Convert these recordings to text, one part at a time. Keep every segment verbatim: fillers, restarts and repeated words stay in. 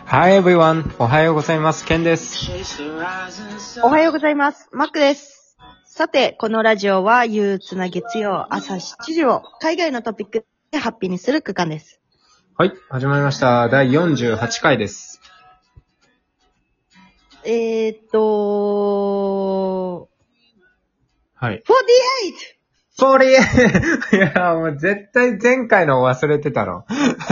Hi everyone! おはようございます。ケンです。 おはようございます。マックです。さて、このラジオは憂鬱な月曜朝しちじを海外のトピックでハッピーにする区間です。 はい、始まりました。だいよんじゅうはちかいです。 えーっと、 はい。 フォーティーエイト! フォーティーエイト! いや、もう絶対前回の忘れてたろ。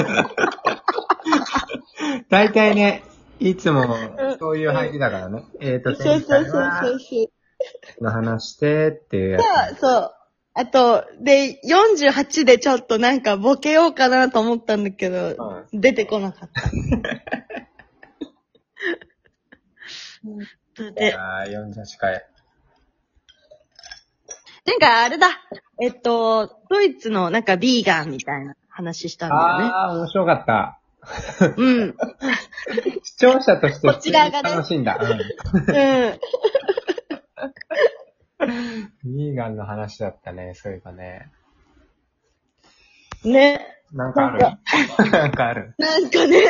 大体ね、いつもそういう入りだからね。えーと、 そうそうそうそうはそう。 の話してっていうやつ。 そう。あと、で、よんじゅうはちでちょっとなんかボケようかなと思ったんだけど、うん、出てこなかった。 で、あー、よんじゅうはちかい。 なんかあれだ。えっと、ドイツのなんかビーガンみたいな話したんだよね。 あー、面白かった。 うん。 視聴者としてこちらがね。 楽しんだ。うん。ビーガンの話だったね、そういえばね。 ね。 なんかあるなんかあるなんかね。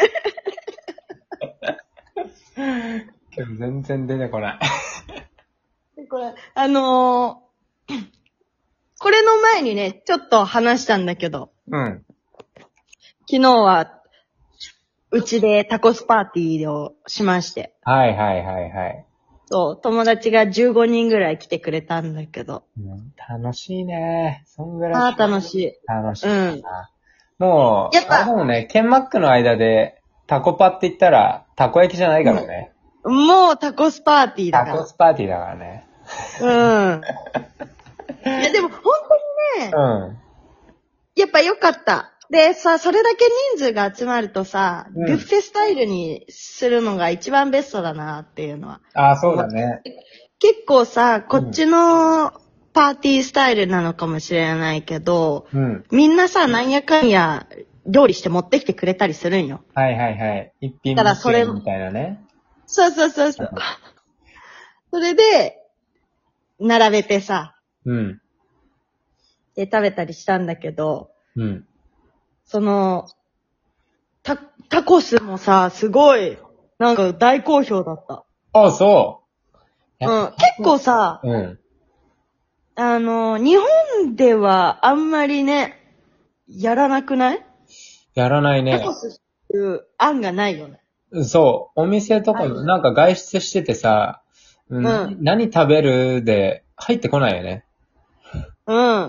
でも全然出てこない。 これ、あのー、これの前にね、ちょっと話したんだけど。 うん。 昨日は、うちでタコスパーティーをしまして。 はいはいはいはい。 そう、友達がじゅうごにんぐらい来てくれたんだけど。 うん、楽しいね。そんぐらい。 ああ、楽しい。 楽しい。 うん。 もう、やっぱ、あれでもね、ケンマックの間でタコパって言ったら、たこ焼きじゃないからね。 うん、もうタコスパーティーだから。 タコスパーティーだからね。 うん。いや、でも本当にね、うん。やっぱ良かった。でさ、それだけ人数が集まるとさ、うん、ビュッフェスタイルにするのが一番ベストだなっていうのは。 ああ、そうだね。 結構さ、こっちのパーティースタイルなのかもしれないけど、うん、みんなさ、なんやかんや料理して持ってきてくれたりするんよ。 はいはいはい。一品目それみたいなね。 そうそうそうそう。それで、並べてさ、うん。で、食べたりしたんだけど、うん。その、タ、タコスもさ、すごい、なんか大好評だった。 あ、そう。 うん。結構さ、うん。あの、日本ではあんまりね、やらなくない？ やらないね。 タコスっていう案がないよね。 そう。お店とかもなんか外出しててさ、うん、うん、何食べるで入ってこないよね。うん。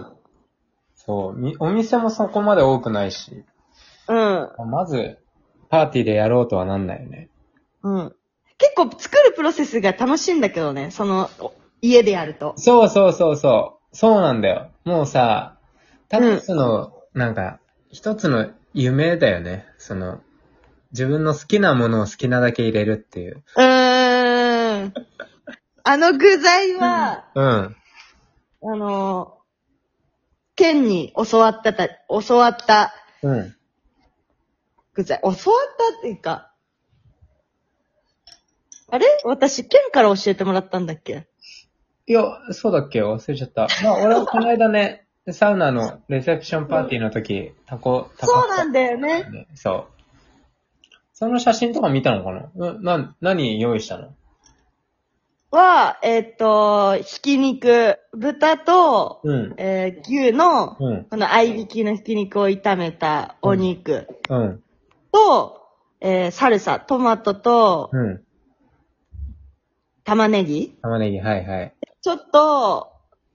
そう。お店もそこまで多くないし。うん。まず、パーティーでやろうとはなんないよね。うん。 結構作るプロセスが楽しいんだけどね、その、家でやると。 そうそうそうそう。そうなんだよ。もうさ、タコスの、なんか、一つの夢だよね。その、自分の好きなものを好きなだけ入れるっていう。 うーん。あの具材は、うん。あの、ケンに教わったた、教わった、うん。具材、教わったっていうか、あれ私、ケンから教えてもらったんだっけ？ いや、そうだっけ忘れちゃった。まあ、俺はこの間ね、サウナのレセプションパーティーの時、タコ、タコ。 そうなんだよね。 そう。その写真とか見たのかな？な、な、何用意したの？ は、えっと、ひき肉、豚と、うん、えー、牛の、うん、この合いびきのひき肉を炒めたお肉、うんうん、と、えー、サルサ、トマトと、うん、玉ねぎ玉ねぎ、はいはい。 ちょっと、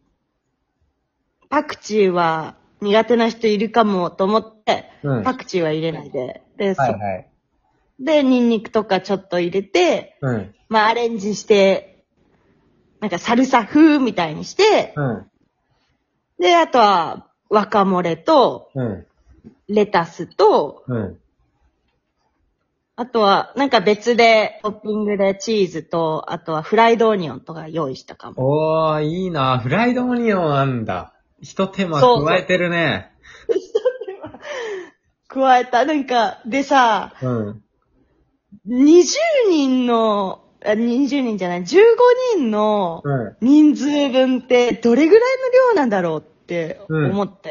パクチーは苦手な人いるかもと思って、うん、パクチーは入れないで、で、はいはい、で、ニンニクとかちょっと入れて、うん、まあアレンジして、なんかサルサ風みたいにして、うん、で、あとは、ワカモレと、うん、レタスと、うん、あとは、なんか別で、トッピングでチーズと、あとはフライドオニオンとか用意したかも。 おー、いいな。フライドオニオンあんだ。一手間加えてるね。 そうそう一手間加えた。なんか、でさ、うん、にじゅうにんの、にじゅうにんじゃない、じゅうごにんの人数分ってどれぐらいの量なんだろうって思って。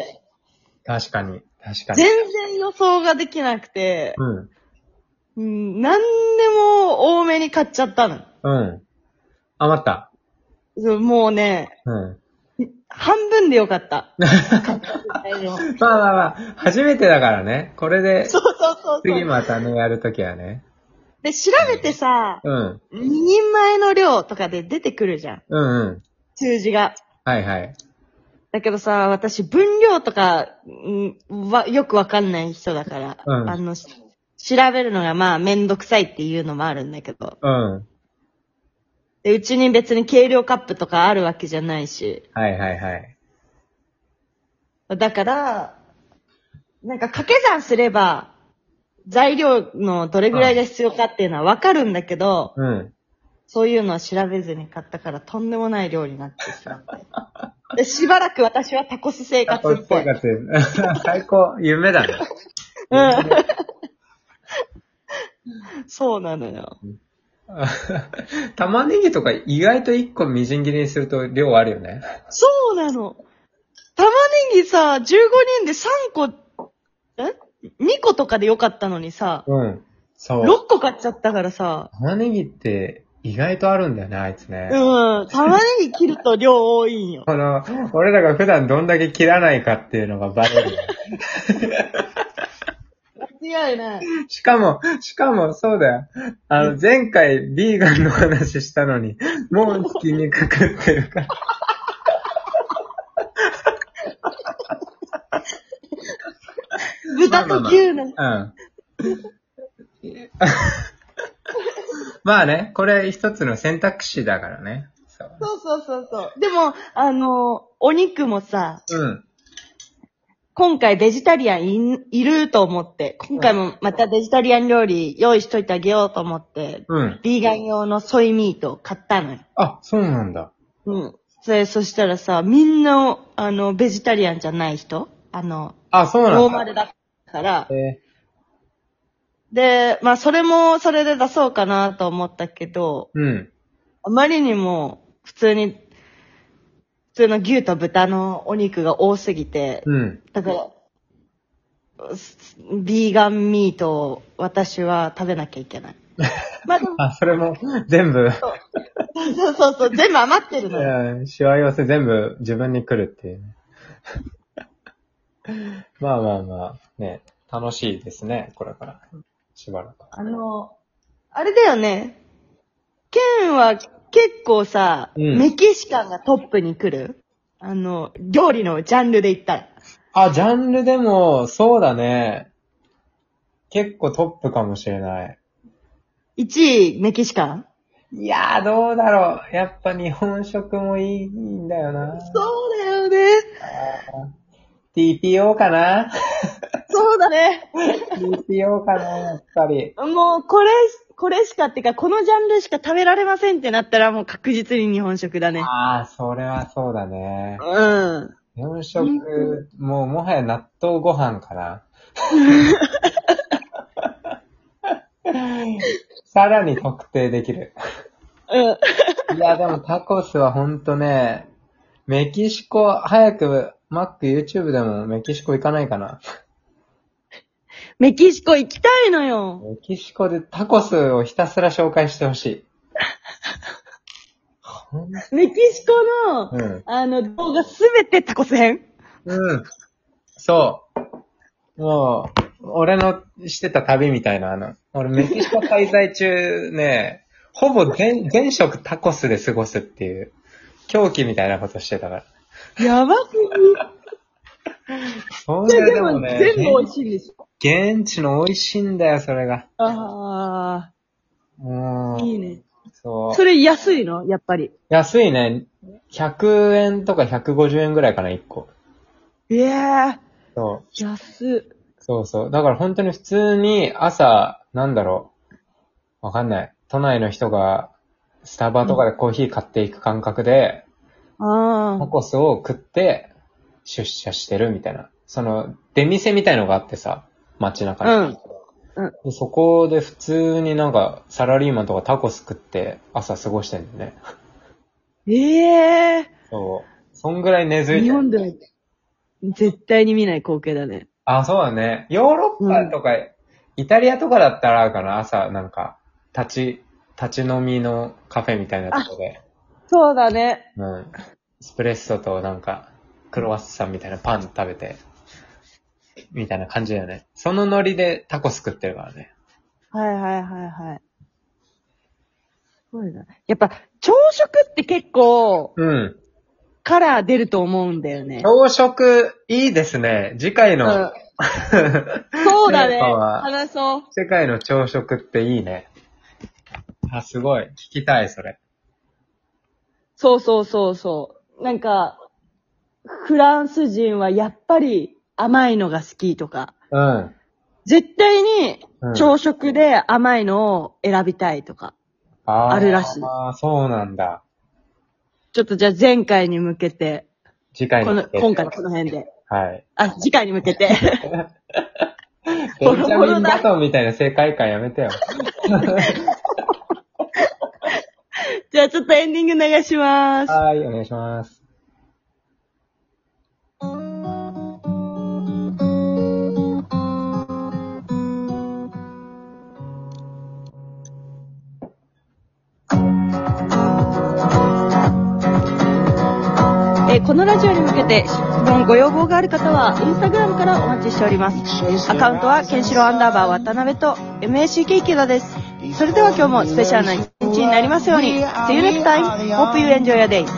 うん、確かに、確かに。 全然予想ができなくて。うん、 うん、なんでも多めに買っちゃったの。 うん。余った。 そうもうね、うん。半分でよかった。まあまあまあ、初めてだからね。これで、 そうそうそうそう。 次またね、やるときはね。 で、調べてさ、うん。ににんまえの量とかで出てくるじゃん。うんうん。数字が。 はいはい。 だけどさ、私分量とか、んは、よくわかんない人だから、うん。あの、調べるのがまあめんどくさいっていうのもあるんだけど。うん。で、うちに別に計量カップとかあるわけじゃないし。 はいはいはい。 だから、なんか掛け算すれば、材料のどれぐらいが必要かっていうのはわかるんだけど、うん。そういうのは調べずに買ったからとんでもない量になってしまって。で、しばらく私はタコス生活っぽい。タコス生活。最高。夢だね。うん。 そうなのよ。 玉ねぎとか意外といっこみじん切りにすると量あるよね。 そうなの。玉ねぎさ、じゅうごにんでさんこ、え ?に 個とかでよかったのにさ、うん。そう。ろっこ買っちゃったからさ。 玉ねぎって意外とあるんだよね、あいつね。 うん。玉ねぎ切ると量多いんよ。 この、俺らが普段どんだけ切らないかっていうのがバレる。 間違いない。 しかも、しかもそうだよ。あの、前回ビーガンの話したのに、もうひき肉食ってるから。 豚と牛の。 まあまあまあ、うん。まあね、これ一つの選択肢だからね。 そうそうそうそう。でも、あの、お肉もさ、うん。今回ベジタリアンい、いると思って、今回もまたベジタリアン料理用意しといてあげようと思って、うん。ビーガン用のソイミートを買ったのよ。 あ、そうなんだ。 うん。それ、そしたらさ、みんな、あの、ベジタリアンじゃない人あの、 あ、そうなんだ。 ノーマルだから、えーで、まあ、それも、それで出そうかなと思ったけど、うん。あまりにも、普通に、普通の牛と豚のお肉が多すぎて、うん。だから、ビーガンミートを私は食べなきゃいけない。 まあでも。あ、それも、全部。 そうそうそうそう、全部余ってるのよ。 いや、しわ寄せ全部自分に来るっていうね。まあまあまあ、ね、楽しいですね、これから。しばらく。 あの、あれだよね。ケンは結構さ、うん、メキシカンがトップに来るあの、料理のジャンルで言ったら。 あ、ジャンルでも、そうだね。結構トップかもしれない。 いちい、メキシカンいやー、どうだろう。やっぱ日本食もいいんだよな。 そうだよね。 ティーピーオー かなそうだね。 ティーピーオー かな、やっぱり。 もう、これ、これしかってか、このジャンルしか食べられませんってなったらもう確実に日本食だね。 ああ、それはそうだね。うん。日本食、もうもはや納豆ご飯かな。さらに特定できる。うん。いや、でもタコスはほんとね、メキシコ、早く、マック YouTube でもメキシコ行かないかな。 メキシコ行きたいのよ。 メキシコでタコスをひたすら紹介してほしい。 メキシコの、うん、あの動画すべてタコス編。 うん。そう。もう、俺のしてた旅みたいな、あの、俺メキシコ滞在中ね、ほぼ全、全食タコスで過ごすっていう、狂気みたいなことしてたから。 やばすぎ。そんなでもね、 全部美味しいんでしょ。 現地の美味しいんだよ、それが。 ああ。うん。いいね。 そう。 それ安いのやっぱり。 安いね。ひゃくえんとかひゃくごじゅうえんぐらいかな、いっこ。 ええー。 そう。 安っ。 そうそう。だから本当に普通に朝、なんだろう。わかんない。都内の人がスタバとかでコーヒー買っていく感覚で、うん、タコスを食って出社してるみたいな。その、出店みたいのがあってさ、街中に。うんうん、でそこで普通になんかサラリーマンとかタコス食って朝過ごしてんだよね。 ええー。 そう。そんぐらい根付いてる。 日本では絶対に見ない光景だね。 あ、そうだね。ヨーロッパとかイタリアとかだったらあるかな、朝なんか、立ち、立ち飲みのカフェみたいなとこで。 そうだね。 うん。エスプレッソとなんか、クロワッサンみたいなパン食べて、みたいな感じだよね。そのノリでタコス食ってるからね。 はいはいはいはい。そうだ。やっぱ、朝食って結構、うん。カラー出ると思うんだよね。 朝食、いいですね。次回の、うん、 そうだね。話そう。 世界の朝食っていいね。あ、すごい。聞きたい、それ。 そうそうそうそう。なんか、フランス人はやっぱり甘いのが好きとか。うん。絶対に朝食で甘いのを選びたいとか。うん、あるらしい。 ああ、そうなんだ。 ちょっとじゃあ前回に向けて。 次回に向けて。今回この辺で。 はい。 あ、次回に向けて。 ベンジャミン・バトンみたいな正解感やめてよ。 じゃあちょっとエンディング流します。 はい、お願いします。 えー、このラジオに向けて質問ご要望がある方はインスタグラムからお待ちしております。アカウントはケンシロウアンダーバー渡辺と エムエーシーケー 池田です。それでは今日もスペシャルな一日になりますように。See you next time. Hope you enjoy your day.